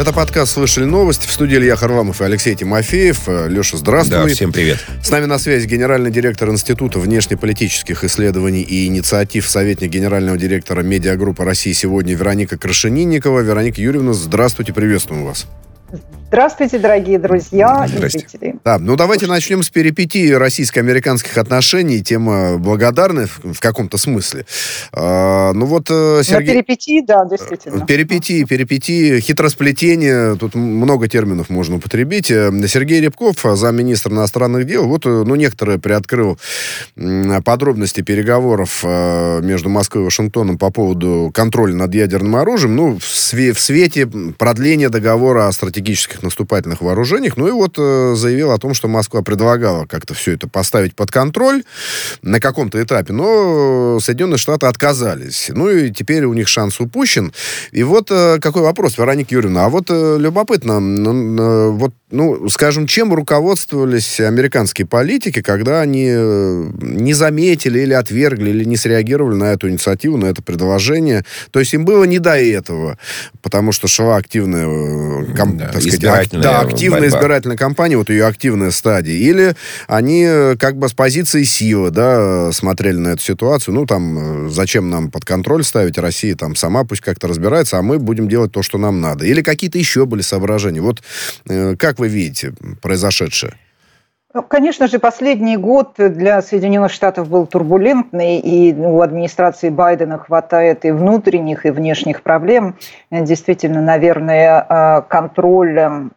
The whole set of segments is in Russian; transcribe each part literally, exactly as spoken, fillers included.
Это подкаст «Слышали новости». В студии Илья Харламов и Алексей Тимофеев. Леша, здравствуй. Да, всем привет. С нами на связи генеральный директор Института внешнеполитических исследований и инициатив, советник генерального директора медиагруппы «Россия сегодня» Вероника Крашенинникова. Вероника Юрьевна, здравствуйте, приветствуем вас. Здравствуйте, дорогие друзья и зрители. Да, ну давайте начнем с перипетий российско-американских отношений. Тема благодарная в, в каком-то смысле. А, ну вот Сергей... На перипетии, да, действительно. Перипетии, перипетии, хитросплетения. Тут много терминов можно употребить. Сергей Рябков, замминистра иностранных дел, вот, ну, некоторые приоткрыл подробности переговоров между Москвой и Вашингтоном по поводу контроля над ядерным оружием. Ну, в, све- в свете продления договора о стратегических наступательных вооружениях. Ну и вот э, заявил о том, что Москва предлагала как-то все это поставить под контроль на каком-то этапе, но Соединенные Штаты отказались. Ну и теперь у них шанс упущен. И вот э, какой вопрос, Вероника Юрьевна. А вот э, любопытно, э, вот, ну, скажем, чем руководствовались американские политики, когда они э, не заметили или отвергли, или не среагировали на эту инициативу, на это предложение. То есть им было не до этого, потому что шла активная э, ком, да, так сказать, ак- да, активная борьба. избирательная кампания, вот ее активная стадия. Или они как бы с позиции силы, да, смотрели на эту ситуацию. Ну, там, зачем нам под контроль ставить? Россия там сама пусть как-то разбирается, а мы будем делать то, что нам надо. Или какие-то еще были соображения. Вот э, как вы видите произошедшее? Конечно же, последний год для Соединенных Штатов был турбулентный, и у администрации Байдена хватает и внутренних, и внешних проблем. Действительно, наверное, контроль,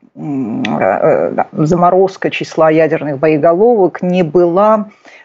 заморозка числа ядерных боеголовок не была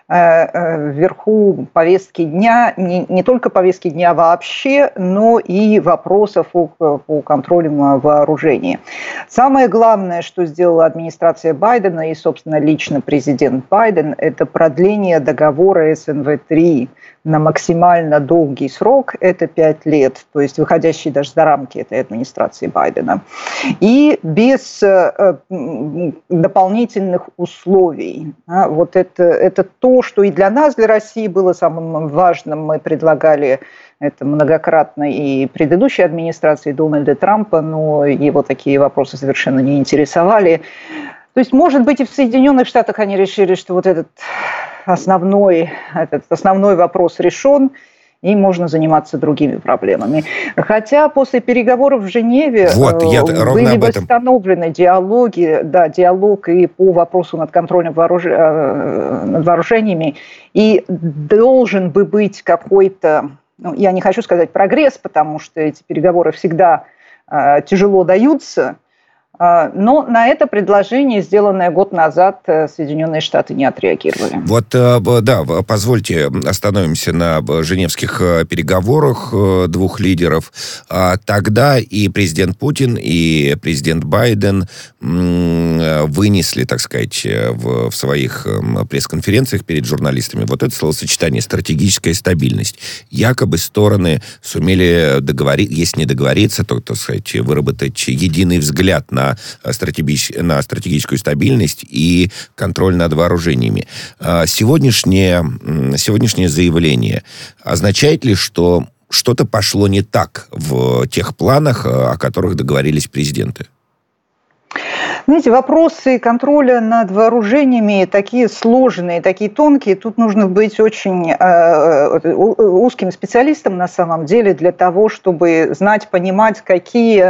вверху повестки дня, не, не только повестки дня вообще, но и вопросов по, по контролю вооружения. Самое главное, что сделала администрация Байдена и, собственно, лично президент Байден, это продление договора эс эн вэ три на максимально долгий срок, это пять лет, то есть выходящий даже за рамки этой администрации Байдена. И без э, дополнительных условий. А, вот это, это то, что и для нас, для России было самым важным. Мы предлагали это многократно и предыдущей администрации Дональда Трампа, но его такие вопросы совершенно не интересовали. То есть, может быть, и в Соединенных Штатах они решили, что вот этот основной, этот основной вопрос решен, и можно заниматься другими проблемами. Хотя после переговоров в Женеве вот, я были восстановлены диалоги, да, диалог и по вопросу над контролем вооруж... над вооружениями, и должен бы быть какой-то, ну, я не хочу сказать прогресс, потому что эти переговоры всегда э, тяжело даются, но на это предложение, сделанное год назад, Соединенные Штаты не отреагировали. Вот, да, позвольте остановимся на женевских переговорах двух лидеров. Тогда и президент Путин, и президент Байден вынесли, так сказать, в своих пресс-конференциях перед журналистами вот это словосочетание «стратегическая стабильность». Якобы стороны сумели договориться, если не договориться, то, так сказать, выработать единый взгляд на На, стратеги... на стратегическую стабильность и контроль над вооружениями. Сегодняшнее, сегодняшнее заявление означает ли, что что-то пошло не так в тех планах, о которых договорились президенты? Знаете, вопросы контроля над вооружениями такие сложные, такие тонкие. Тут нужно быть очень э, узким специалистом на самом деле для того, чтобы знать, понимать, какие...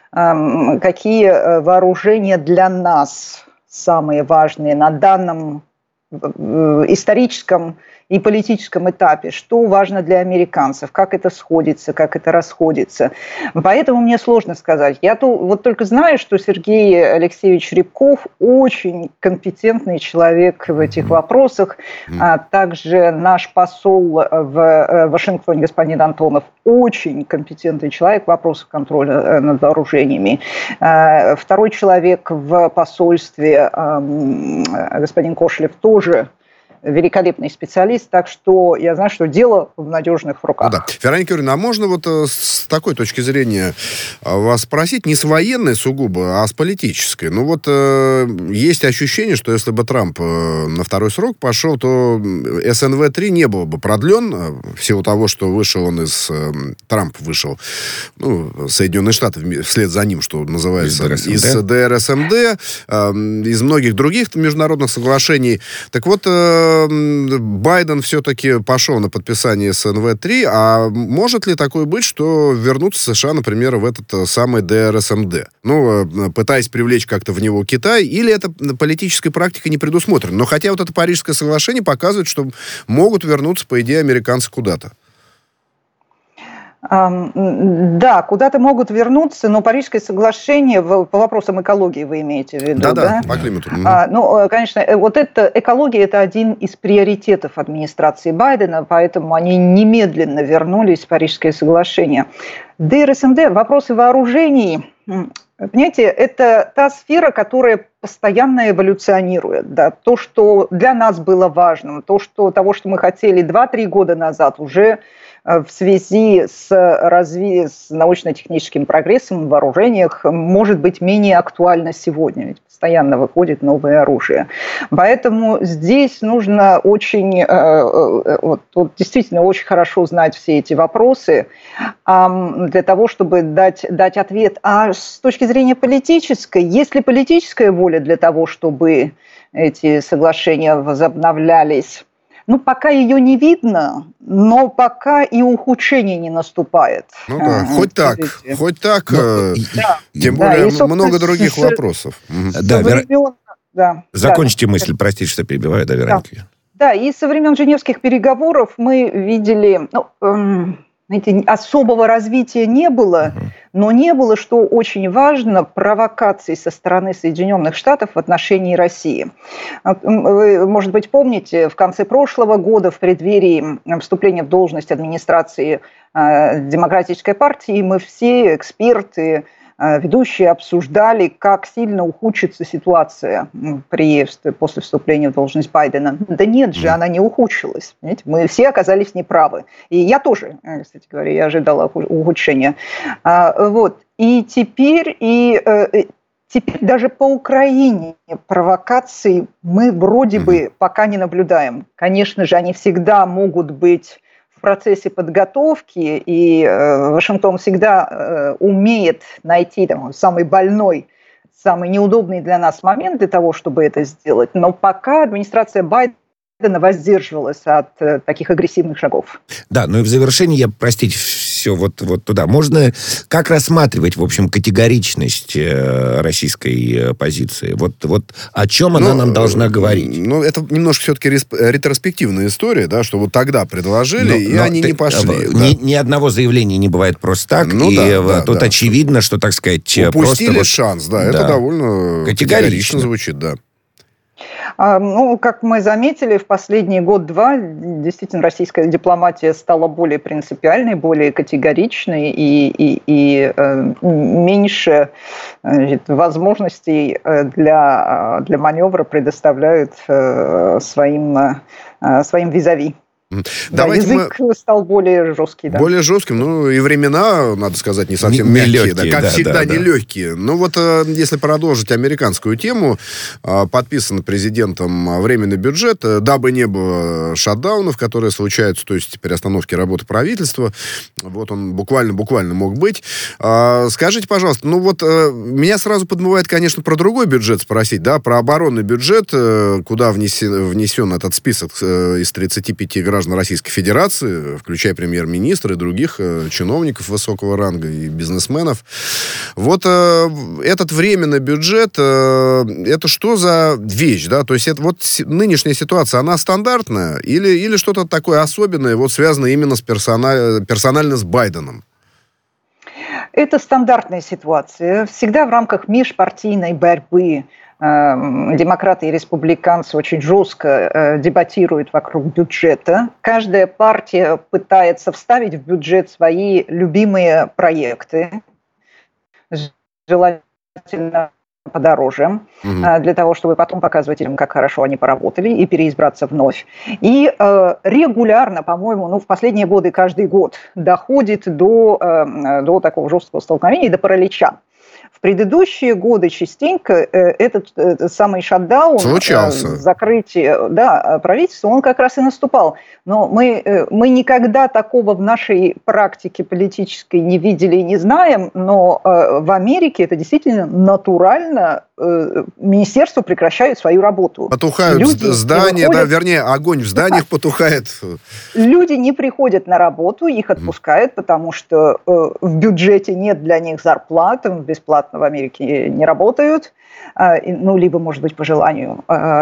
какие вооружения для нас самые важные на данном историческом и политическом этапе, что важно для американцев, как это сходится, как это расходится. Поэтому мне сложно сказать. Я то, вот только знаю, что Сергей Алексеевич Рябков очень компетентный человек в этих вопросах, а также наш посол в Вашингтоне, господин Антонов, очень компетентный человек в вопросах контроля над вооружениями. Второй человек в посольстве, господин Кошелев, тоже великолепный специалист, так что я знаю, что дело в надежных руках. Ну, да. Вероника Юрьевна, а можно вот с такой точки зрения вас спросить, не с военной сугубо, а с политической? Ну вот э, есть ощущение, что если бы Трамп э, на второй срок пошел, то эс эн вэ три не был бы продлен, в силу того, что вышел он из... Э, Трамп вышел, ну, Соединенные Штаты вслед за ним, что называется, из дэ эр эс эм дэ, э, из многих других международных соглашений. Так вот, э, Байден все-таки пошел на подписание эс эн вэ три, а может ли такое быть, что вернутся США, например, в этот самый дэ эр эс эм дэ? Ну, пытаясь привлечь как-то в него Китай, или это политической практикой не предусмотрено? Но хотя вот это Парижское соглашение показывает, что могут вернуться, по идее, американцы куда-то. Да, куда-то могут вернуться, но Парижское соглашение, по вопросам экологии вы имеете в виду, да? Да, да, по климату. А, ну, конечно, вот это, экология – это один из приоритетов администрации Байдена, поэтому они немедленно вернулись в Парижское соглашение. дэ эр эс эм дэ, вопросы вооружений, понимаете, это та сфера, которая постоянно эволюционирует. Да? То, что для нас было важным, то, что, того, что мы хотели два-три года назад, уже в связи с, разви... с научно-техническим прогрессом в вооружениях может быть менее актуально сегодня. Ведь постоянно выходит новое оружие. Поэтому здесь нужно очень, вот, вот, действительно очень хорошо знать все эти вопросы для того, чтобы дать, дать ответ. А с точки зрения политической, есть ли политическая воля для того, чтобы эти соглашения возобновлялись? Ну, пока ее не видно, но пока и ухудшение не наступает. Ну да, а, хоть так, видите. хоть так, но, да, тем да, более и, много других с, вопросов. Да, Вера... да, Закончите да, мысль, простите, что перебиваю, да, Вероника? Да. да, и со времен Женевских переговоров мы видели... Ну, эм... Знаете, особого развития не было, но не было, что очень важно, провокаций со стороны Соединенных Штатов в отношении России. Вы, может быть, помните, в конце прошлого года, в преддверии вступления в должность администрации Демократической партии, мы все, эксперты, ведущие, обсуждали, как сильно ухудшится ситуация при, после вступления в должность Байдена. Да нет же, она не ухудшилась. Понимаете? Мы все оказались неправы. И я тоже, кстати говоря, я ожидала ухудшения. Вот. И теперь, и, теперь даже по Украине провокаций мы вроде бы пока не наблюдаем. Конечно же, они всегда могут быть в процессе подготовки, и э, Вашингтон всегда э, умеет найти там, самый больной, самый неудобный для нас момент для того, чтобы это сделать. Но пока администрация Байдена воздерживалась от э, таких агрессивных шагов. Да, ну и в завершении, я, простите, все вот, вот туда. Можно как рассматривать, в общем, категоричность э, российской позиции? Вот, вот о чем она ну, нам должна говорить? Ну, это немножко все-таки ретроспективная история, да, что вот тогда предложили, но, и но они ты, не пошли. Ни, да. ни одного заявления не бывает просто так, ну, и да, да, тут да. очевидно, что, так сказать, упустили просто шанс, да, да, это довольно категорично. категорично звучит, да. Ну, как мы заметили, в последний год-два действительно российская дипломатия стала более принципиальной, более категоричной и, и, и э, меньше значит, возможностей для, для маневра предоставляют э, своим, э, своим визави. Давайте да, язык мы... стал более жесткий. Да. Более жестким. Ну, и времена, надо сказать, не совсем не, мягкие. Не легкие, да, как да, всегда, да, не да. легкие. Ну, вот, если продолжить американскую тему, подписан президентом временный бюджет, дабы не было шатдаунов, которые случаются, то есть теперь остановки работы правительства. Вот он буквально-буквально мог быть. Скажите, пожалуйста, ну вот меня сразу подмывает, конечно, про другой бюджет спросить, да, про оборонный бюджет, куда внесен, внесен этот список из тридцати пяти граждан Российской Федерации, включая премьер-министра и других э, чиновников высокого ранга и бизнесменов. Вот э, этот временный бюджет, э, это что за вещь, да? То есть это вот с, нынешняя ситуация, она стандартная или, или что-то такое особенное, вот связанное именно с персональ, персонально с Байденом? Это стандартная ситуация. Всегда в рамках межпартийной борьбы демократы и республиканцы очень жестко дебатируют вокруг бюджета. Каждая партия пытается вставить в бюджет свои любимые проекты, желательно подороже, угу. для того, чтобы потом показывать им, как хорошо они поработали, и переизбраться вновь. И э, регулярно, по-моему, ну, в последние годы каждый год доходит до, э, до такого жесткого столкновения, до паралича. В предыдущие годы частенько этот, этот самый шатдаун, случался. Закрытие да, правительства, он как раз и наступал. Но мы, мы никогда такого в нашей практике политической не видели и не знаем, но в Америке это действительно натурально. Министерства прекращают свою работу. Потухают люди здания, да, вернее, огонь в зданиях да. потухает. Люди не приходят на работу, их отпускают, потому что в бюджете нет для них зарплат, бесплатно в Америке не работают, ну, либо, может быть, по желанию.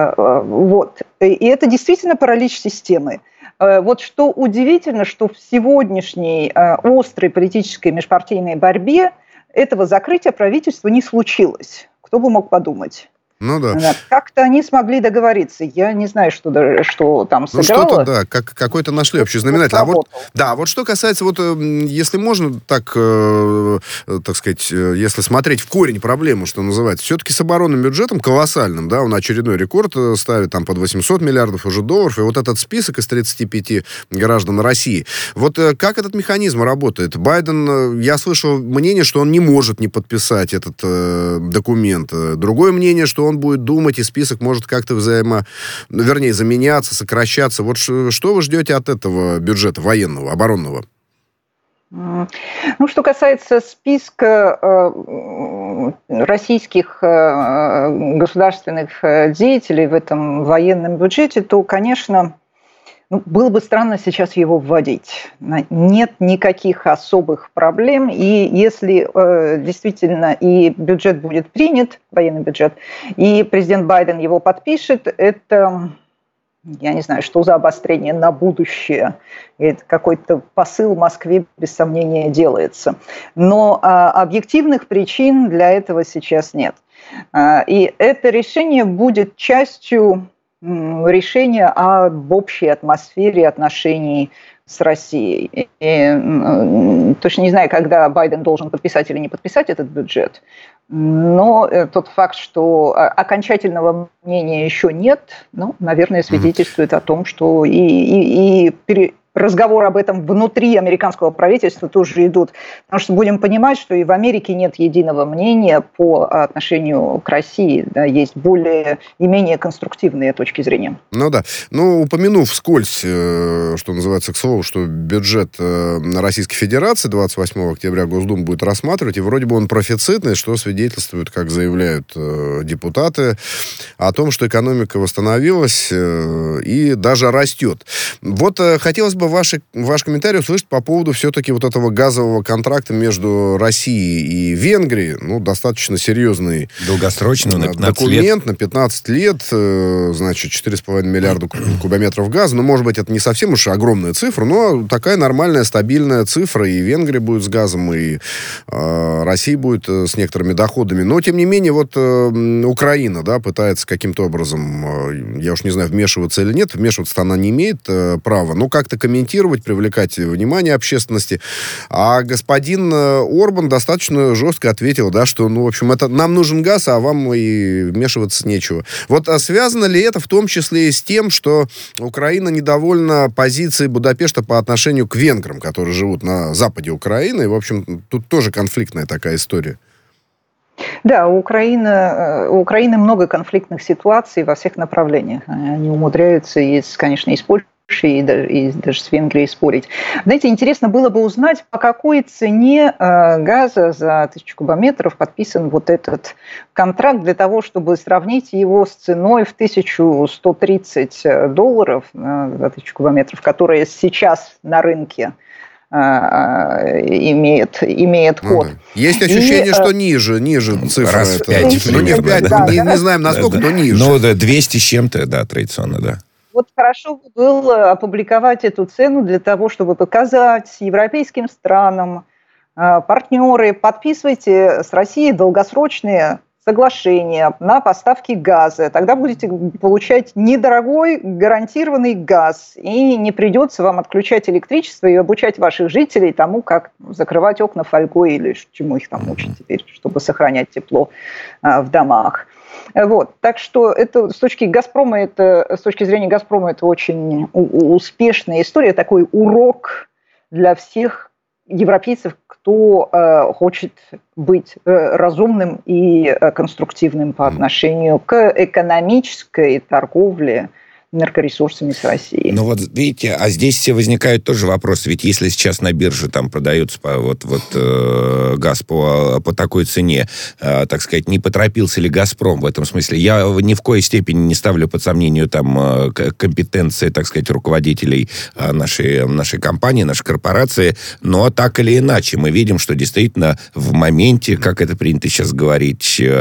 Вот. И это действительно паралич системы. Вот что удивительно, что в сегодняшней острой политической межпартийной борьбе этого закрытия правительства не случилось. Кто бы мог подумать? Ну да. Как-то они смогли договориться. Я не знаю, что, что там сыграло. Ну что-то, да, как, какой-то нашли общий знаменатель. А вот, да, вот что касается, вот, если можно так, э, так сказать, если смотреть в корень проблемы, что называется, все-таки с оборонным бюджетом колоссальным, да, он очередной рекорд ставит там под восемьсот миллиардов уже долларов, и вот этот список из тридцати пяти граждан России. Вот как этот механизм работает? Байден, я слышал мнение, что он не может не подписать этот э, документ. Другое мнение, что он будет думать, и список может как-то взаимо... Вернее, заменяться, сокращаться. Вот что вы ждете от этого бюджета военного, оборонного? Ну, что касается списка э, российских э, государственных деятелей в этом военном бюджете, то, конечно... Ну, было бы странно сейчас его вводить. Нет никаких особых проблем. И если э, действительно и бюджет будет принят, военный бюджет, и президент Байден его подпишет, это, я не знаю, что за обострение на будущее. Это какой-то посыл Москве, без сомнения, делается. Но э, объективных причин для этого сейчас нет. Э, и это решение будет частью... решение об общей атмосфере отношений с Россией. И, точно не знаю, когда Байден должен подписать или не подписать этот бюджет, но тот факт, что окончательного мнения еще нет, ну, наверное, свидетельствует о том, что и, и, и пере... разговор об этом внутри американского правительства тоже идут. Потому что будем понимать, что и в Америке нет единого мнения по отношению к России. Да, есть более и менее конструктивные точки зрения. Ну да. Ну, упомянув вскользь, что называется, к слову, что бюджет Российской Федерации двадцать восьмого октября Госдума будет рассматривать, и вроде бы он профицитный, что свидетельствует, как заявляют депутаты, о том, что экономика восстановилась и даже растет. Вот хотелось бы Ваш, ваш комментарий услышать по поводу все-таки вот этого газового контракта между Россией и Венгрией. Ну, достаточно серьезный долгосрочный, на пятнадцать документ лет. на пятнадцать лет. Значит, четыре с половиной миллиарда кубометров газа. Ну, может быть, это не совсем уж огромная цифра, но такая нормальная, стабильная цифра. И Венгрия будет с газом, и э, Россия будет с некоторыми доходами. Но, тем не менее, вот э, Украина, да, пытается каким-то образом, э, я уж не знаю, вмешиваться или нет, вмешиваться она не имеет э, права, но как-то комментировать, привлекать внимание общественности. А господин Орбан достаточно жестко ответил, да, что, ну, в общем, это нам нужен газ, а вам и вмешиваться нечего. Вот а связано ли это в том числе и с тем, что Украина недовольна позицией Будапешта по отношению к венграм, которые живут на западе Украины? И, в общем, тут тоже конфликтная такая история. Да, у Украины, у Украины много конфликтных ситуаций во всех направлениях. Они умудряются, конечно, и с Польшей, и даже, и даже с Венгрией спорить. Знаете, интересно было бы узнать, по какой цене э, газа за тысячу кубометров подписан вот этот контракт, для того, чтобы сравнить его с ценой в тысячу сто тридцать долларов э, за тысячу кубометров, которая сейчас на рынке имеет, имеет ну, ход. Да. Есть ощущение, и, что ниже, ниже цифра. Раз в пять. Ну, не в пять, да. не, не знаем насколько, да, да. но ниже. Ну, да, двести с чем-то, да, традиционно, да. Вот хорошо было опубликовать эту цену для того, чтобы показать европейским странам, партнеры, подписывайте с Россией долгосрочные соглашение на поставки газа. Тогда будете получать недорогой гарантированный газ, и не придется вам отключать электричество и обучать ваших жителей тому, как закрывать окна фольгой или чему их там учат теперь, чтобы сохранять тепло в домах. Вот. Так что это с точки Газпрома, это, с точки зрения Газпрома, это очень успешная история, такой урок для всех европейцев, кто э, хочет быть э, разумным и э, конструктивным по отношению к экономической торговле энергоресурсами с Россией. Ну вот видите, а здесь все возникают тоже вопросы, ведь если сейчас на бирже там продается вот, вот, э, газ по, по такой цене, э, так сказать, не поторопился ли «Газпром» в этом смысле? Я ни в коей степени не ставлю под сомнение там э, компетенции, так сказать, руководителей э, нашей, нашей компании, нашей корпорации, но так или иначе мы видим, что действительно в моменте, как это принято сейчас говорить, э,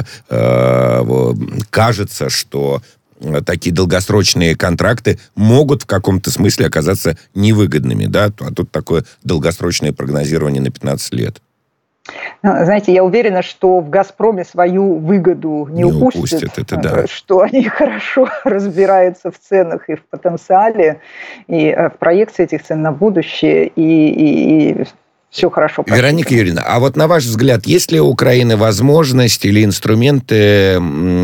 э, кажется, что такие долгосрочные контракты могут в каком-то смысле оказаться невыгодными, да, а тут такое долгосрочное прогнозирование на пятнадцать лет. Знаете, я уверена, что в «Газпроме» свою выгоду не, не упустят, упустят это, да. Что они хорошо разбираются в ценах и в потенциале, и в проекции этих цен на будущее, и, и, и все хорошо. Вероника Юрьевна, а вот на ваш взгляд, есть ли у Украины возможность или инструменты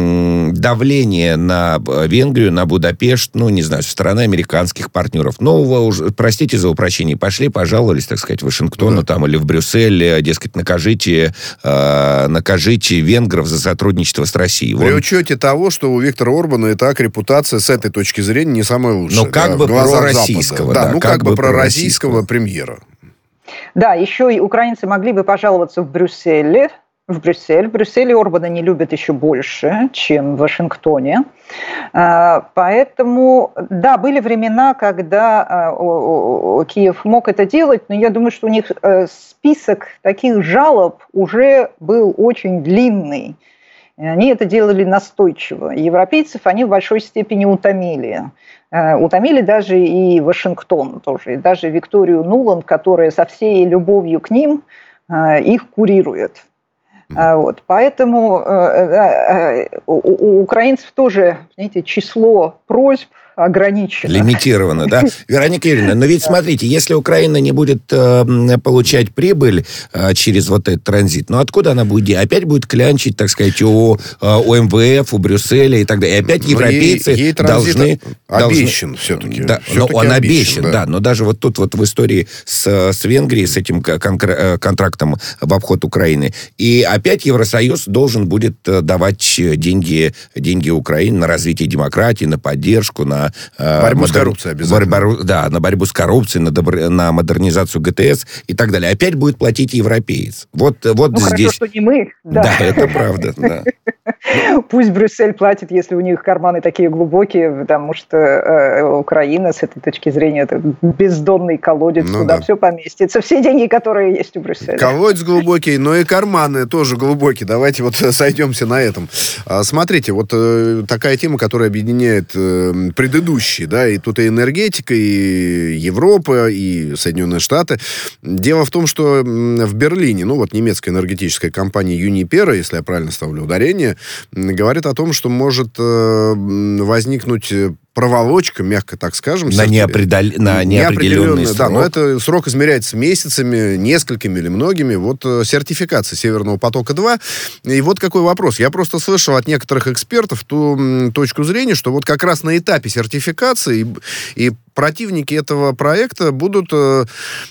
давления на Венгрию, на Будапешт, ну, не знаю, со стороны американских партнеров? Нового, уже, простите за упрощение, пошли, пожаловались, так сказать, в Вашингтону, да, там, или в Брюссель, дескать, накажите, э, накажите венгров за сотрудничество с Россией. При Вон... учете того, что у Виктора Орбана и так репутация с этой точки зрения не самая лучшая. Но как да, бы пророссийского. Да, да, ну как, как бы пророссийского премьера. Да, еще и украинцы могли бы пожаловаться в Брюсселе, в Брюссель. В Брюсселе Орбана не любят еще больше, чем в Вашингтоне. Поэтому, да, были времена, когда Киев мог это делать, но я думаю, что у них список таких жалоб уже был очень длинный. Они это делали настойчиво. Европейцев они в большой степени утомили. Утомили даже и Вашингтон тоже, и даже Викторию Нуланд, которая со всей любовью к ним их курирует. Вот. Поэтому у украинцев тоже, знаете, число просьб ограничено. Лимитировано, да? Вероника Юрьевна, но ведь смотрите, если Украина не будет э, получать прибыль э, через вот этот транзит, ну откуда она будет? Опять будет клянчить, так сказать, у, э, у эм вэ эф, у Брюсселя и так далее. И опять европейцы ей, ей должны... обещан должны, все-таки. Да, все-таки но он обещан, обещан, да. да. Но даже вот тут вот в истории с, с Венгрией, с этим конкр- контрактом в обход Украины, и опять Евросоюз должен будет давать деньги, деньги Украине на развитие демократии, на поддержку, на борьбу модер... с коррупцией обязательно. Борьбу, да, на борьбу с коррупцией, на, добр... на модернизацию гэ тэ эс и так далее. Опять будет платить европеец. Вот, вот ну, здесь... хорошо, что не мы. Да, да, это правда, да. Пусть Брюссель платит, если у них карманы такие глубокие, потому что э, Украина с этой точки зрения это бездонный колодец, ну, куда да. все поместится. Все деньги, которые есть у Брюсселя. Колодец глубокий, но и карманы тоже глубокие. Давайте вот сойдемся на этом. Смотрите, вот э, такая тема, которая объединяет э, предыдущие, да, и тут и энергетика, и Европа, и Соединенные Штаты. Дело в том, что в Берлине, ну вот немецкая энергетическая компания Юнипера, если я правильно ставлю ударение, говорит о том, что может э, возникнуть проволочка, мягко так скажем. На, неопредел... на неопределенный срок. Да, но это срок измеряется месяцами, несколькими или многими. Вот сертификация Северного потока-два. И вот какой вопрос. Я просто слышал от некоторых экспертов ту м, точку зрения, что вот как раз на этапе сертификации и, и противники этого проекта будут э,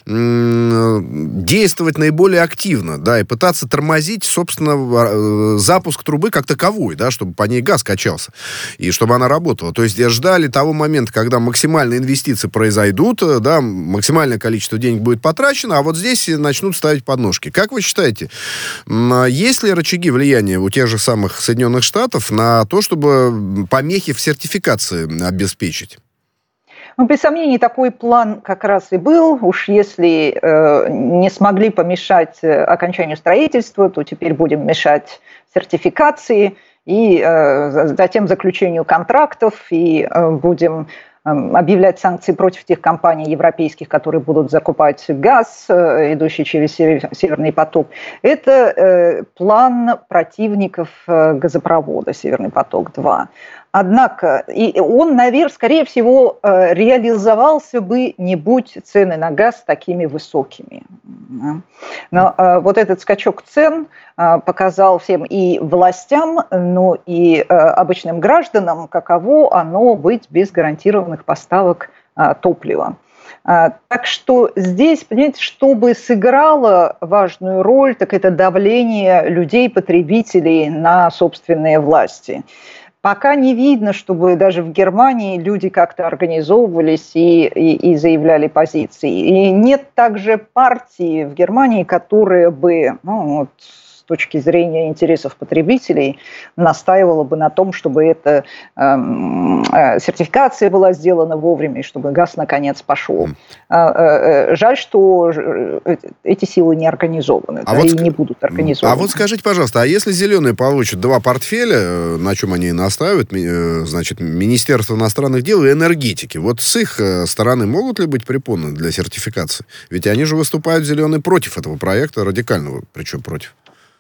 э, действовать наиболее активно, да, и пытаться тормозить, собственно, э, запуск трубы как таковой, да, чтобы по ней газ качался, и чтобы она работала. То есть ждали того момента, когда максимальные инвестиции произойдут, да, максимальное количество денег будет потрачено, а вот здесь начнут ставить подножки. Как вы считаете, есть ли рычаги влияния у тех же самых Соединенных Штатов на то, чтобы помехи в сертификации обеспечить? Ну, без сомнений, такой план как раз и был. Уж если э, не смогли помешать окончанию строительства, то теперь будем мешать сертификации и э, затем заключению контрактов, и э, будем объявлять санкции против тех компаний европейских, которые будут закупать газ, идущий через Северный поток. Это план противников газопровода «Северный поток-два». Однако и он, наверное, скорее всего, реализовался бы, не будь цены на газ такими высокими. Но вот этот скачок цен показал всем и властям, но и обычным гражданам, каково оно быть без гарантированных поставок топлива. Так что здесь, понимаете, чтобы сыграло важную роль, так это давление людей, потребителей на собственные власти. Пока не видно, чтобы даже в Германии люди как-то организовывались и, и, и заявляли позиции. И нет также партии в Германии, которая бы, ну, вот, с точки зрения интересов потребителей настаивала бы на том, чтобы эта э, э, сертификация была сделана вовремя, и чтобы газ наконец пошел. Э, э, жаль, что эти силы не организованы, а да, вот и ск... не будут организованы. А вот скажите, пожалуйста, а если зеленые получат два портфеля, на чем они и настаивают, значит, Министерство иностранных дел и энергетики, вот с их стороны могут ли быть препоны для сертификации? Ведь они же выступают, зеленые, против этого проекта, радикального, причем против.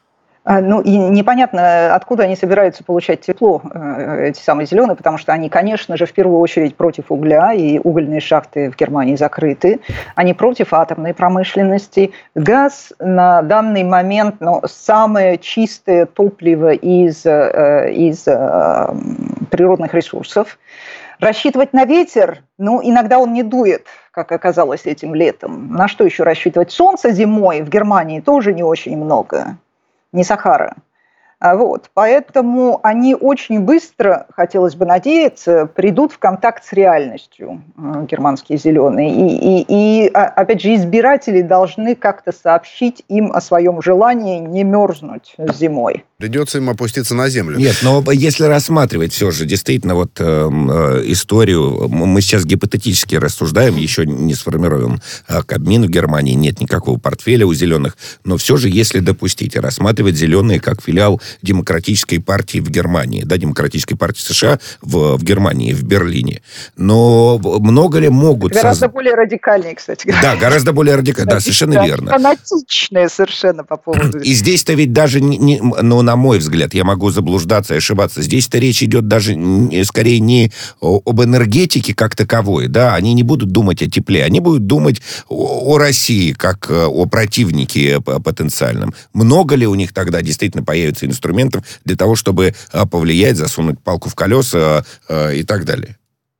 Ну, и непонятно, откуда они собираются получать тепло, эти самые зеленые, потому что они, конечно же, в первую очередь против угля, и угольные шахты в Германии закрыты. Они против атомной промышленности. Газ на данный момент, ну, самое чистое топливо из, из природных ресурсов. Рассчитывать на ветер, ну, иногда он не дует, как оказалось этим летом. На что еще рассчитывать? Солнца зимой в Германии тоже не очень много. Не Сахара. Вот. Поэтому они очень быстро, хотелось бы надеяться, придут в контакт с реальностью, германские зеленые. И, и, и опять же, избиратели должны как-то сообщить им о своем желании не мерзнуть зимой. Придется им опуститься на землю. Нет, но если рассматривать все же действительно вот э, историю, мы сейчас гипотетически рассуждаем, еще не сформирован э, Кабмин в Германии, нет никакого портфеля у зеленых, но все же, если допустить и рассматривать зеленые как филиал Демократической партии в Германии, да, Демократической партии США в, в Германии, в Берлине. Но много ли могут... Гораздо соз... более радикальные, кстати говоря. Да, гораздо более радикальные, да, совершенно верно. Фанатичные совершенно по поводу... И здесь-то ведь даже, не, не, ну, на мой взгляд, я могу заблуждаться и ошибаться, здесь-то речь идет даже не, скорее не об энергетике как таковой, да, они не будут думать о тепле, они будут думать о, о России как о противнике потенциальном. Много ли у них тогда действительно появится инструментов для того, чтобы повлиять, засунуть палку в колеса э, и так далее?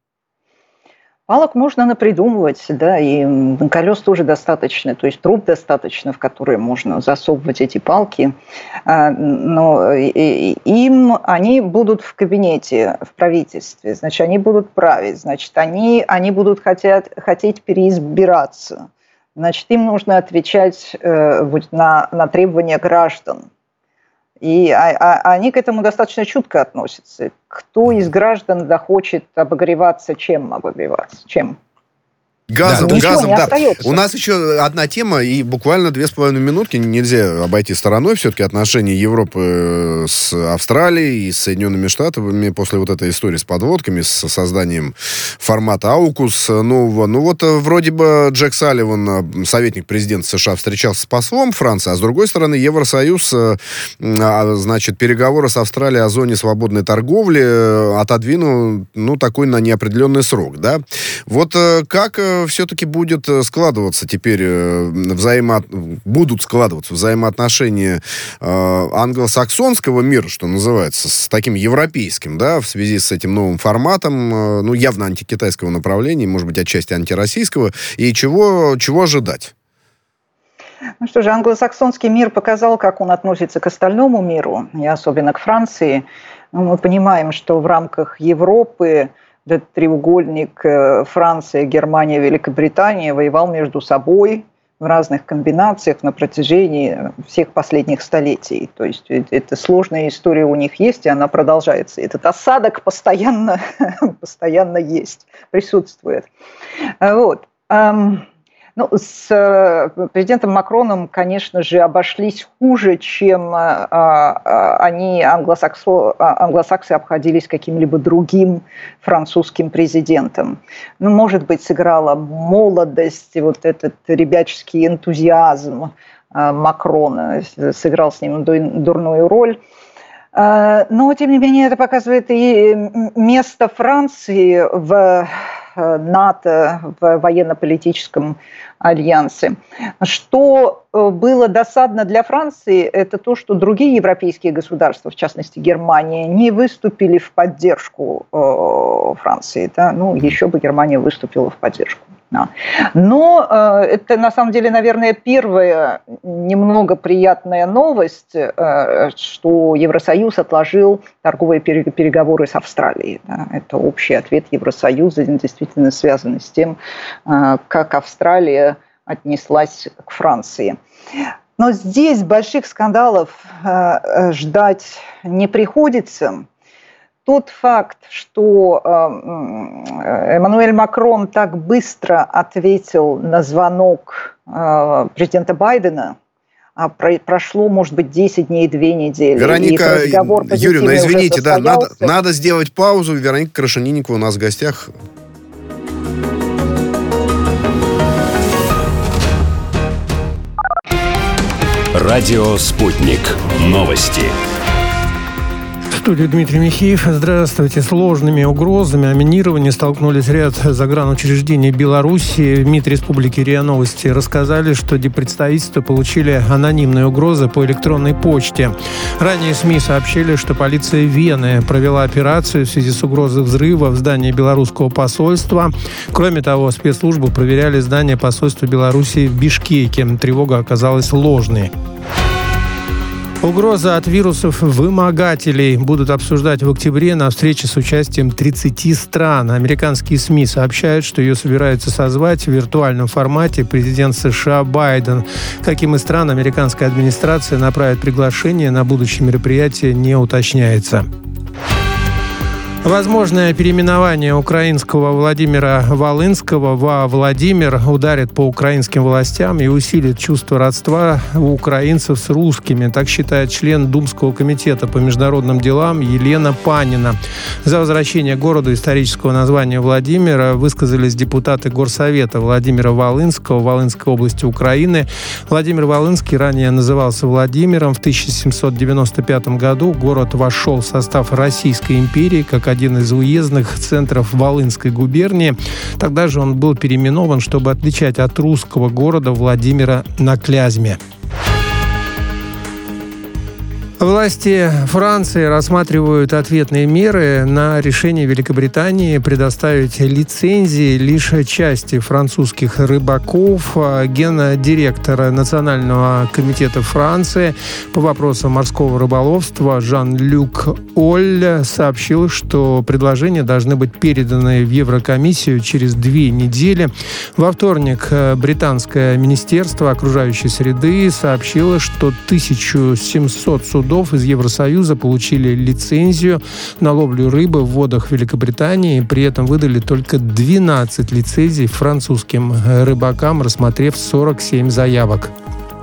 Палок можно напридумывать, да, и колес тоже достаточно, то есть труб достаточно, в которые можно засовывать эти палки, но им они будут в кабинете, в правительстве, значит, они будут править, значит, они, они будут хотят, хотеть переизбираться, значит, им нужно отвечать на, на требования граждан. И а, а, они к этому достаточно чутко относятся. Кто из граждан захочет обогреваться, чем обогреваться? Чем? Газом, да, газом, да. У нас еще одна тема, и буквально две с половиной минутки нельзя обойти стороной все-таки отношения Европы с Австралией и с Соединенными Штатами после вот этой истории с подводками, с созданием формата аукус нового. Ну вот вроде бы Джек Салливан, советник президента США, встречался с послом Франции, а с другой стороны Евросоюз, значит, переговоры с Австралией о зоне свободной торговли отодвинул, ну, такой на неопределенный срок, да. Вот как все-таки будет складываться теперь взаимо... будут складываться взаимоотношения э, англосаксонского мира, что называется, с таким европейским, да, в связи с этим новым форматом, э, ну, явно антикитайского направления, может быть, отчасти антироссийского, и чего, чего ожидать? Ну что же, англосаксонский мир показал, как он относится к остальному миру, и особенно к Франции. Ну, мы понимаем, что в рамках Европы этот треугольник Франция, Германия, Великобритания воевал между собой в разных комбинациях на протяжении всех последних столетий. То есть эта сложная история у них есть, и она продолжается. Этот осадок постоянно, постоянно есть, присутствует. Вот. Ну, Ну, с президентом Макроном, конечно же, обошлись хуже, чем они, англосаксо, англосаксы, обходились каким-либо другим французским президентом. Ну, может быть, сыграла молодость, вот этот ребяческий энтузиазм Макрона, сыграл с ним дурную роль. Но, тем не менее, это показывает и место Франции в НАТО, в военно-политическом альянсе. Что было досадно для Франции, это то, что другие европейские государства, в частности Германия, не выступили в поддержку Франции. Да? Ну, еще бы Германия выступила в поддержку. Да. Но э, это, на самом деле, наверное, первая немного приятная новость, э, что Евросоюз отложил торговые переговоры с Австралией. Да. Это общий ответ Евросоюза, действительно связанный с тем, э, как Австралия отнеслась к Франции. Но здесь больших скандалов э, ждать не приходится. Тот факт, что Эммануэль Макрон так быстро ответил на звонок президента Байдена, а прошло, может быть, десять дней и две недели. Вероника Юрьевна, извините, да, надо, надо сделать паузу. Вероника Крашенинникова у нас в гостях. Радио «Спутник». Новости. В студии Дмитрий Михеев. Здравствуйте. С ложными угрозами о минировании столкнулись ряд загранучреждений Беларуси. В МИД Республики РИА Новости рассказали, что диппредставительства получили анонимные угрозы по электронной почте. Ранее СМИ сообщили, что полиция Вены провела операцию в связи с угрозой взрыва в здании белорусского посольства. Кроме того, спецслужбы проверяли здание посольства Беларуси в Бишкеке. Тревога оказалась ложной. Угроза от вирусов-вымогателей будут обсуждать в октябре на встрече с участием тридцати стран. Американские СМИ сообщают, что ее собираются созвать в виртуальном формате президент США Байден. Каким из стран американская администрация направит приглашение на будущее мероприятие, не уточняется. Возможное переименование украинского Владимира Волынского во Владимир ударит по украинским властям и усилит чувство родства у украинцев с русскими. Так считает член Думского комитета по международным делам Елена Панина. За возвращение городу исторического названия Владимира высказались депутаты Горсовета Владимира Волынского Волынской области Украины. Владимир Волынский ранее назывался Владимиром. В тысяча семьсот девяносто пятом году город вошел в состав Российской империи как один из уездных центров Волынской губернии. Тогда же он был переименован, чтобы отличать от русского города Владимира на Клязьме. Власти Франции рассматривают ответные меры на решение Великобритании предоставить лицензии лишь части французских рыбаков. Гендиректор Национального комитета Франции по вопросам морского рыболовства Жан-Люк Оль сообщил, что предложения должны быть переданы в Еврокомиссию через две недели. Во вторник британское министерство окружающей среды сообщило, что тысяча семьсот судов из Евросоюза получили лицензию на ловлю рыбы в водах Великобритании. При этом выдали только двенадцать лицензий французским рыбакам, рассмотрев сорок семь заявок.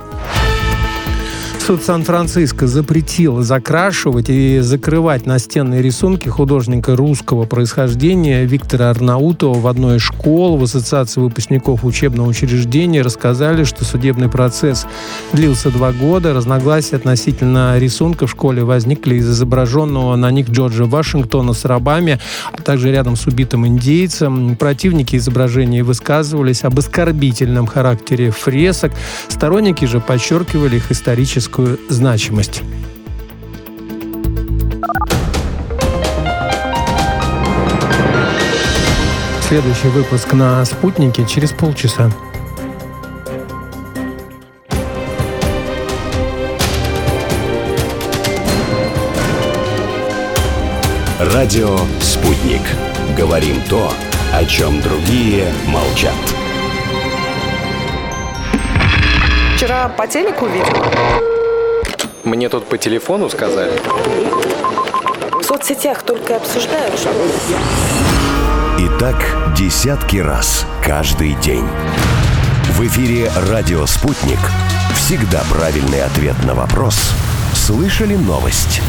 Суд Сан-Франциско запретил закрашивать и закрывать настенные рисунки художника русского происхождения Виктора Арнаутова. В одной из школ в Ассоциации выпускников учебного учреждения рассказали, что судебный процесс длился два года. Разногласия относительно рисунка в школе возникли из изображенного на них Джорджа Вашингтона с рабами, а также рядом с убитым индейцем. Противники изображений высказывались об оскорбительном характере фресок. Сторонники же подчеркивали их историческую значимость. Следующий выпуск на «Спутнике» через полчаса. Радио «Спутник». Говорим то, о чем другие молчат. Вчера по телеку видел. Мне тут по телефону сказали. В соцсетях только обсуждают, что... И так десятки раз каждый день. В эфире «Радио Спутник». Всегда правильный ответ на вопрос. Слышали новость?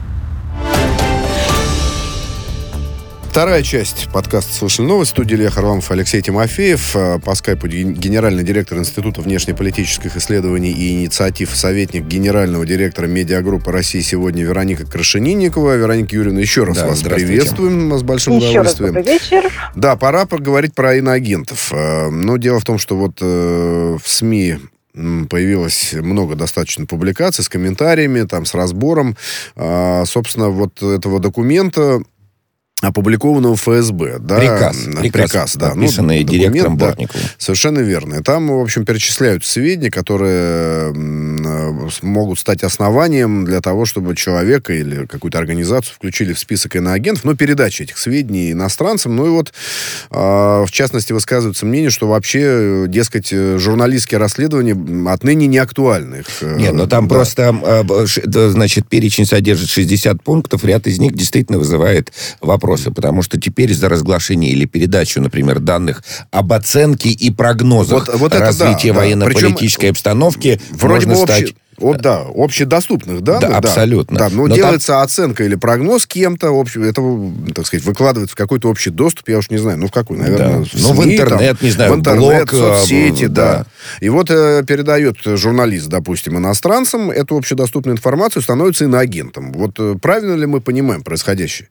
Вторая часть подкаста «Слышали новость». В студии Илья Харламов, Алексей Тимофеев. По скайпу генеральный директор Института внешнеполитических исследований и инициатив, советник генерального директора медиагруппы России «Сегодня» Вероника Крашенинникова. Вероника Юрьевна, еще раз да, вас приветствуем с большим еще удовольствием. Раз добрый вечер. Да, пора поговорить про иноагентов. Но дело в том, что вот в СМИ появилось много достаточно публикаций с комментариями, там, с разбором, собственно, вот этого документа, опубликованного в эф эс бэ. Да? Приказ. Приказ, Приказ да. Подписанный ну, директором да, Бортниковым. Совершенно верно. И там, в общем, перечисляют сведения, которые могут стать основанием для того, чтобы человека или какую-то организацию включили в список иноагентов, но передача этих сведений иностранцам. Ну и вот, в частности, высказывается мнение, что вообще, дескать, журналистские расследования отныне не актуальны. Нет, но там да. просто, значит, перечень содержит шестьдесят пунктов, ряд из них действительно вызывает вопрос. Потому что теперь за разглашение или передачу, например, данных об оценке и прогнозах вот, вот развития да, военно-политической Причем, обстановки вроде можно бы стать... Общий... Вот, да, общедоступных данных. Да, абсолютно. Да, но, но делается там... оценка или прогноз кем-то, общ... это, так сказать, выкладывается в какой-то общий доступ, я уж не знаю, ну в какой, наверное, да. в СМИ, ну, в интернет, там, не знаю, в интернет, блог, в соцсети, да. да. И вот э, передает журналист, допустим, иностранцам эту общедоступную информацию, становится иноагентом. Вот э, правильно ли мы понимаем происходящее?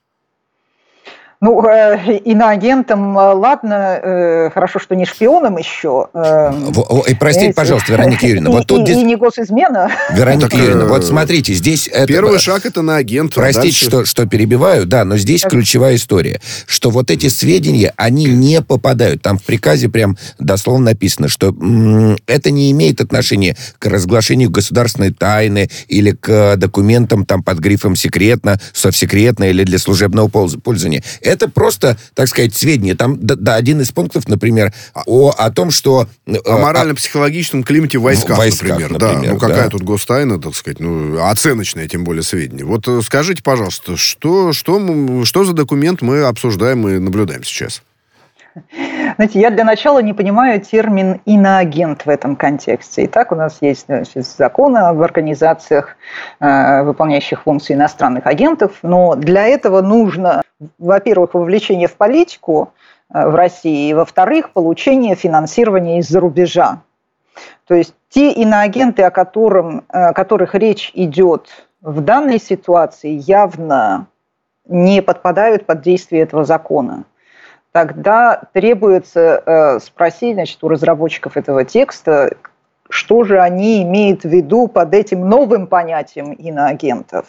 Ну, э, иноагентом, ладно, э, хорошо, что не шпионом еще. Э, э, простите, пожалуйста, Вероника Юрьевна. Вот тут и, здесь... и не госизмена. Вероника так, Юрьевна, вот смотрите, здесь... Это... Первый шаг — это иноагент. Простите, что, что перебиваю, да, но здесь так. ключевая история, что вот эти сведения, они не попадают. Там в приказе прям дословно написано, что м- это не имеет отношения к разглашению государственной тайны или к документам там под грифом «секретно», «совсекретно» или для служебного пользования. Это просто, так сказать, сведения. Там, да, да, один из пунктов, например, о, о том, что... О морально-психологическом климате в войсках, в войсках например. например. Да. Ну, какая да. тут гостайна, так сказать, ну, оценочная, тем более, сведения. Вот скажите, пожалуйста, что, что, что за документ мы обсуждаем и наблюдаем сейчас? Знаете, я для начала не понимаю термин «иноагент» в этом контексте. Итак, у нас есть значит, закон об организациях, э, выполняющих функции иностранных агентов, но для этого нужно, во-первых, вовлечение в политику э, в России, и, во-вторых, получение финансирования из-за рубежа. То есть те иноагенты, о, котором, о которых речь идет в данной ситуации, явно не подпадают под действие этого закона. Тогда требуется э, спросить, значит, у разработчиков этого текста, что же они имеют в виду под этим новым понятием иноагентов.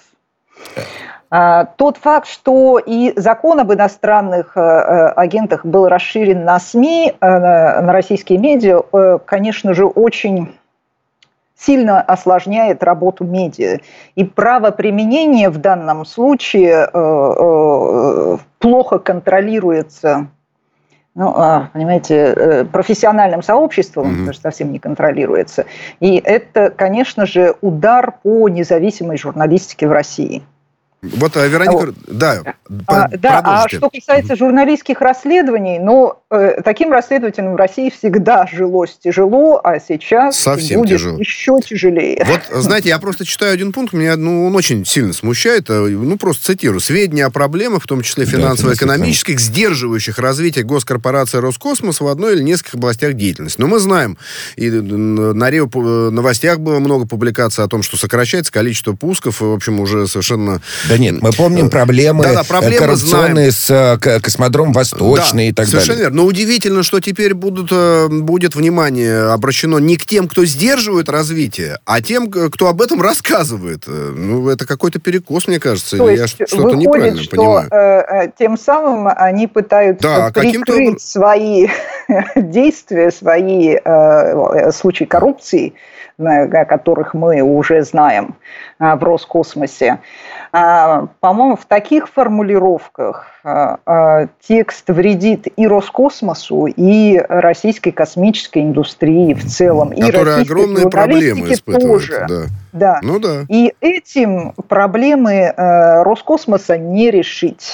А, тот факт, что и закон об иностранных э, агентах был расширен на СМИ, э, на российские медиа, э, конечно же, очень сильно осложняет работу медиа. И правоприменение в данном случае э, э, плохо контролируется, ну, понимаете, профессиональным сообществом, mm-hmm. потому что совсем не контролируется. И это, конечно же, удар по независимой журналистике в России. Вот, Вероника, вот. да, а, да, а что касается журналистских расследований, ну, э, таким расследователям в России всегда жилось тяжело, а сейчас совсем будет тяжело. Еще тяжелее. Вот, знаете, я просто читаю один пункт, меня ну, он очень сильно смущает, ну, просто цитирую. Сведения о проблемах, в том числе финансово-экономических, да, сдерживающих развитие госкорпорации Роскосмос в одной или нескольких областях деятельности. Но мы знаем, и на РИО новостях было много публикаций о том, что сокращается количество пусков, и, в общем, уже совершенно... Да нет, мы помним проблемы, да, да, проблемы коррупционные знаем. с космодромом Восточный, да, и так совершенно далее. Верно. Но удивительно, что теперь будут, будет внимание обращено не к тем, кто сдерживает развитие, а тем, кто об этом рассказывает. Ну, это какой-то перекос, мне кажется. То я есть что-то выходит, неправильно что, понимаю. Э, тем самым они пытаются да, прикрыть свои действия, свои э, случаи коррупции, о которых мы уже знаем в Роскосмосе. По-моему, в таких формулировках текст вредит и Роскосмосу, и российской космической индустрии в целом, и которые огромные проблемы испытывают. Тоже. Да. Да. Ну, да. И этим проблемы Роскосмоса не решить.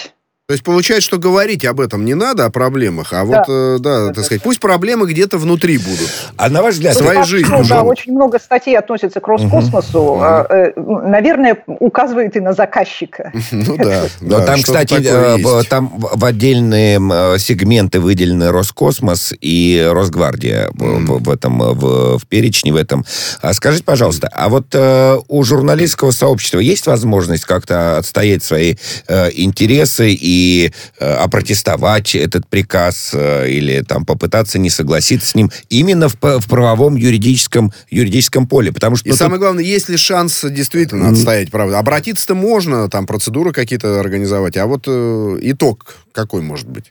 То есть получается, что говорить об этом не надо, о проблемах, а вот, да, э, да, да так да, сказать, да. Пусть проблемы где-то внутри будут. А на ваш взгляд, своей жизнью. Да, очень много статей относится к Роскосмосу. Угу. Э, э, наверное, указывает и на заказчика. Ну да. Но там, кстати, там в отдельные сегменты выделены Роскосмос и Росгвардия в этом, в перечне в этом. Скажите, пожалуйста, а вот у журналистского сообщества есть возможность как-то отстоять свои интересы и и э, опротестовать этот приказ э, или там попытаться не согласиться с ним именно в, в правовом юридическом, юридическом поле. Потому что, и ну, самое тут... главное, есть ли шанс действительно отстоять право? Обратиться-то можно, там процедуры какие-то организовать, а вот э, итог какой может быть?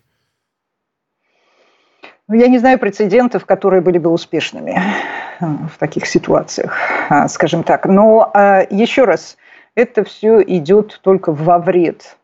Ну, я не знаю прецедентов, которые были бы успешными в таких ситуациях, скажем так. Но еще раз, это все идет только во вред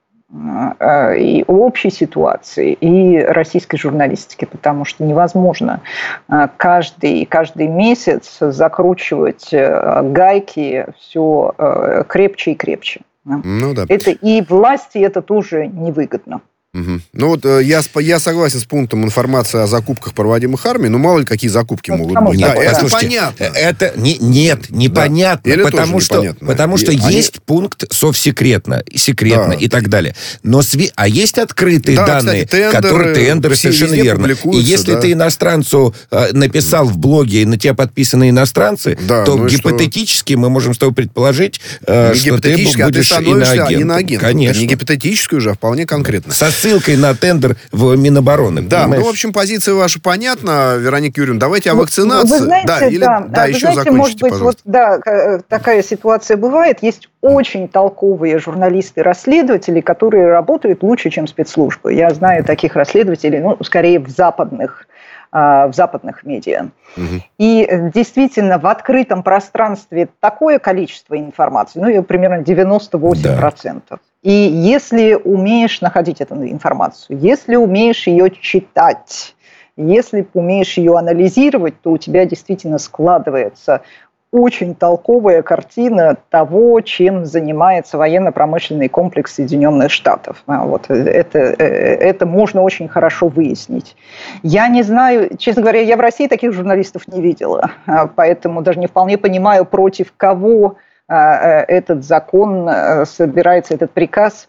и общей ситуации, и российской журналистики, потому что невозможно каждый, каждый месяц закручивать гайки все крепче и крепче. Ну, да. Это и власти это тоже невыгодно. Угу. Ну вот я, я согласен с пунктом информации о закупках, проводимых армией, но мало ли какие закупки ну, могут быть. Нет, да, это понятно. Это не, нет, непонятно, да. потому, что, непонятно. потому что и, есть они... пункт совсекретно, секретно да. и так далее. Но сви... А есть открытые да, данные, кстати, тендеры, которые тендеры, совершенно верно. И если да. ты иностранцу э, написал в блоге, и на тебя подписаны иностранцы, да, то ну гипотетически что? мы можем с тобой предположить, э, что ты будешь а ты иноагентом. иноагентом. Конечно. Не гипотетическую уже, а вполне конкретно. Ссылкой на тендер в Минобороны. Да, понимаешь? Ну, в общем, позиция ваша понятна, Вероника Юрьевна. Давайте о вакцинации. Вы знаете, да, или, да, да, вы еще знаете, закончите, может быть, пожалуйста. Вот, да, такая ситуация бывает. Есть очень толковые журналисты-расследователи, которые работают лучше, чем спецслужбы. Я знаю таких расследователей, ну, скорее в западных в западных медиа. Угу. И действительно в открытом пространстве такое количество информации, ну, примерно девяносто восемь процентов. Да. И если умеешь находить эту информацию, если умеешь ее читать, если умеешь ее анализировать, то у тебя действительно складывается очень толковая картина того, чем занимается военно-промышленный комплекс Соединенных Штатов. Вот это, это можно очень хорошо выяснить. Я не знаю, честно говоря, я в России таких журналистов не видела, поэтому даже не вполне понимаю, против кого этот закон собирается, этот приказ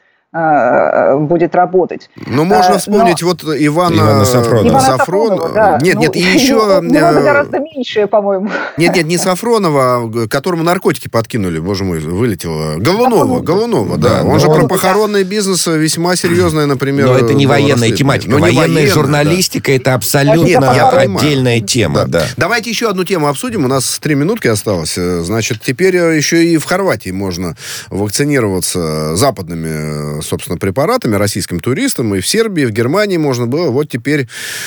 будет работать. Ну, можно вспомнить Но... вот Ивана, Ивана Сафронова. Ивана Сафронова. Сафронова да. Нет, ну, нет, и еще... Ивана гораздо меньше, по-моему. Нет, нет, не Сафронова, которому наркотики подкинули, боже мой, вылетело. Голунова, Голунова, да. да. Он же про похоронный бизнес весьма серьезное, например... Но это не военная тематика. Военная военная журналистика, да. это абсолютно нет, отдельная тема. Да. Да. Давайте еще одну тему обсудим. У нас три минутки осталось. Значит, теперь еще и в Хорватии можно вакцинироваться западными, собственно, препаратами российским туристам, и в Сербии, и в Германии можно было. Вот теперь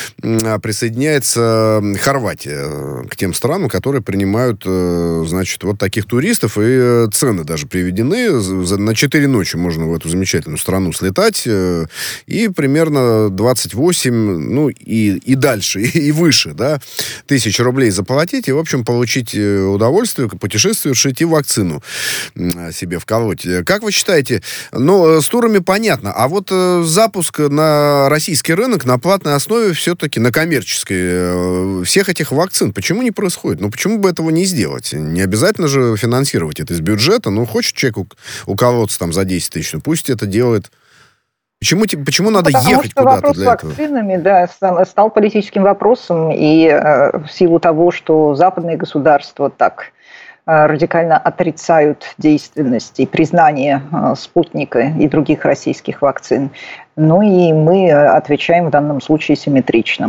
присоединяется Хорватия к тем странам, которые принимают, значит, вот таких туристов, и цены даже приведены. На четыре ночи можно в эту замечательную страну слетать, и примерно двадцать восемь, ну, и, и дальше, и, и выше, да, тысяч рублей заплатить, и, в общем, получить удовольствие, путешествовать и вакцину себе вколоть. Как вы считаете, ну, с турами понятно, а вот э, запуск на российский рынок на платной основе все-таки, на коммерческой, э, всех этих вакцин, почему не происходит? Ну, почему бы этого не сделать? Не обязательно же финансировать это из бюджета, ну, хочет человек у, уколоться там за десять тысяч, ну, пусть это делает. Почему, почему надо Потому ехать что куда-то вопрос для с вакцинами, да, стал политическим вопросом, и э, в силу того, что западные государства так радикально отрицают действенность и признание спутника и других российских вакцин. Ну и мы отвечаем в данном случае симметрично.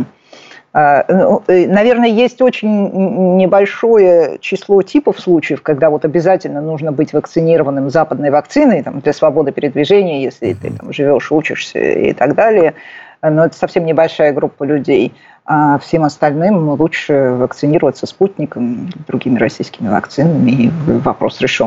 Наверное, есть очень небольшое число типов случаев, когда вот обязательно нужно быть вакцинированным западной вакциной там, для свободы передвижения, если ты там, живешь, учишься и так далее. Но это совсем небольшая группа людей. А всем остальным лучше вакцинироваться спутником, другими российскими вакцинами, и вопрос решен.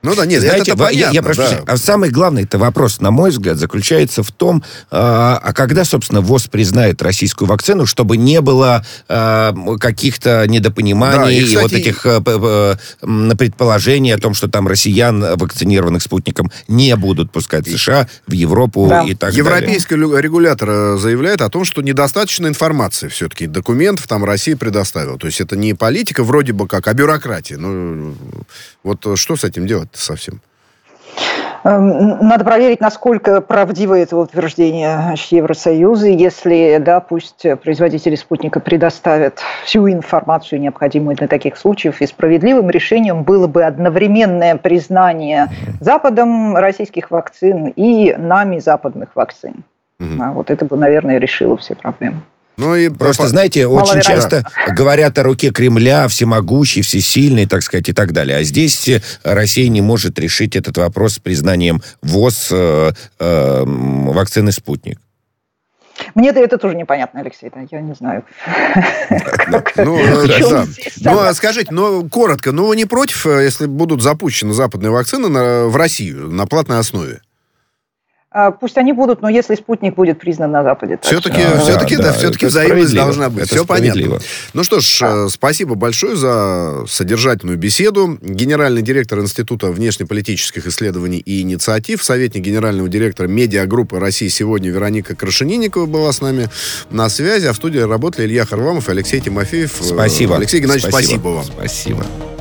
Ну да, нет, Знаете, это понятно. Я, я прошу, да. А самый главный-то вопрос, на мой взгляд, заключается в том, а, а когда, собственно, ВОЗ признает российскую вакцину, чтобы не было а, каких-то недопониманий Да, и, и, кстати, вот этих а, а, предположений о том, что там россиян, вакцинированных спутником, не будут пускать в США, в Европу Да. и так Европейский далее. регулятор заявляет о том, что недостаточно информации все-таки, документов там Россия предоставила. То есть это не политика вроде бы как, а бюрократия. Ну, вот что с этим делать-то совсем? Надо проверить, насколько правдиво это утверждение значит, Евросоюза. Если, да, пусть производители спутника предоставят всю информацию, необходимую для таких случаев, и справедливым решением было бы одновременное признание Западом российских вакцин и нами западных вакцин. Угу. А вот это бы, наверное, решило все проблемы. Ну и Просто, по... знаете, очень Маловероятно. часто говорят о руке Кремля, всемогущей, всесильной, так сказать, и так далее. А здесь Россия не может решить этот вопрос с признанием ВОЗ э, э, вакцины «Спутник». Мне это тоже непонятно, Алексей, да, я не знаю. Ну, да. Ну, а скажите, ну, коротко, ну, вы не против, если будут запущены западные вакцины на, в Россию на платной основе? Пусть они будут, но если спутник будет признан на Западе. Все-таки, А, все-таки, да, да, да, все-таки это взаимность справедливо. должна быть. Это Все понятно. справедливо. Ну что ж, а. спасибо большое за содержательную беседу. Генеральный директор Института внешнеполитических исследований и инициатив, советник генерального директора медиагруппы «Россия сегодня» Вероника Крашенинникова была с нами на связи. А в студии работали Илья Харламов и Алексей Тимофеев. Спасибо. Алексей Геннадьевич, спасибо, спасибо вам. Спасибо.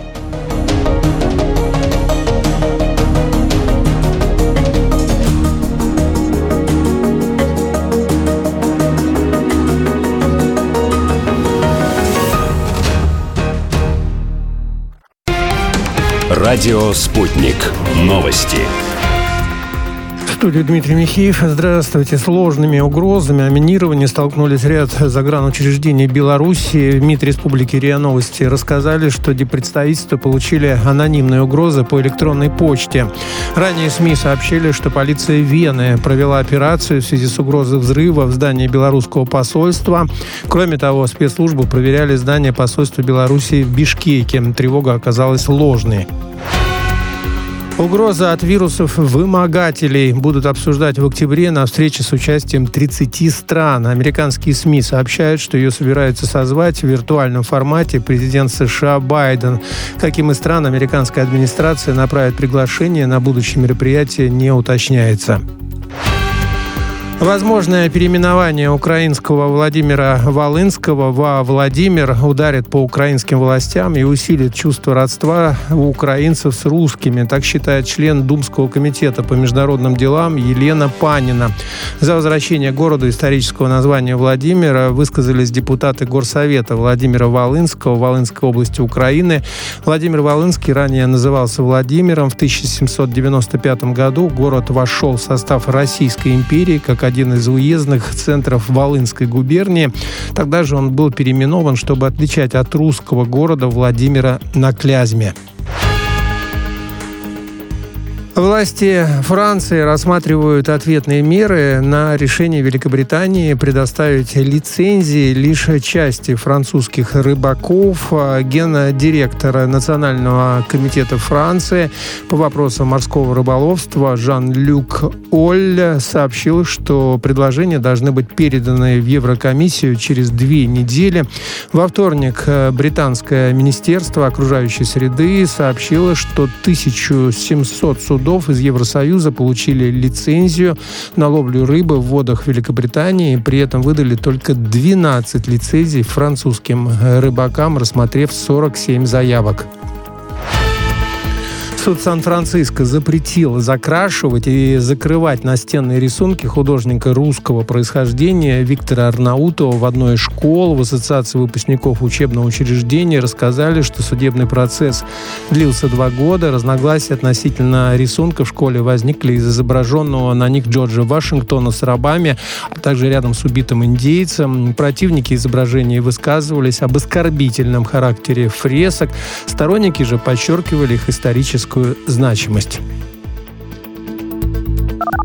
Радио «Спутник». Новости. В студии Дмитрий Михеев. Здравствуйте. Сложными угрозами о минировании столкнулись ряд загранучреждений Беларуси. В МИД Республики РИА Новости рассказали, что диппредставительства получили анонимные угрозы по электронной почте. Ранее СМИ сообщили, что полиция Вены провела операцию в связи с угрозой взрыва в здании белорусского посольства. Кроме того, спецслужбы проверяли здание посольства Беларуси в Бишкеке. Тревога оказалась ложной. Угроза от вирусов-вымогателей будут обсуждать в октябре на встрече с участием тридцати стран. Американские СМИ сообщают, что ее собираются созвать в виртуальном формате президент США Байден. Каким из стран американская администрация направит приглашение на будущее мероприятие, не уточняется. Возможное переименование украинского Владимира Волынского во Владимир ударит по украинским властям и усилит чувство родства у украинцев с русскими. Так считает член Думского комитета по международным делам Елена Панина. За возвращение городу исторического названия Владимира высказались депутаты Горсовета Владимира Волынского Волынской области Украины. Владимир Волынский ранее назывался Владимиром. В тысяча семьсот девяносто пятом году город вошел в состав Российской империи как один из уездных центров Волынской губернии. Тогда же он был переименован, чтобы отличать от русского города Владимира на Клязьме. Власти Франции рассматривают ответные меры на решение Великобритании предоставить лицензии лишь части французских рыбаков. Гендиректор Национального комитета Франции по вопросам морского рыболовства Жан-Люк Оль сообщил, что предложения должны быть переданы в Еврокомиссию через две недели. Во вторник британское министерство окружающей среды сообщило, что тысяча семьсот судов из Евросоюза получили лицензию на ловлю рыбы в водах Великобритании. При этом выдали только двенадцать лицензий французским рыбакам, рассмотрев сорок семь заявок. Суд Сан-Франциско запретил закрашивать и закрывать настенные рисунки художника русского происхождения Виктора Арнаутова. В одной из школ в Ассоциации выпускников учебного учреждения рассказали, что судебный процесс длился два года. Разногласия относительно рисунка в школе возникли из изображенного на них Джорджа Вашингтона с рабами, а также рядом с убитым индейцем. Противники изображений высказывались об оскорбительном характере фресок. Сторонники же подчеркивали их историческую значимость.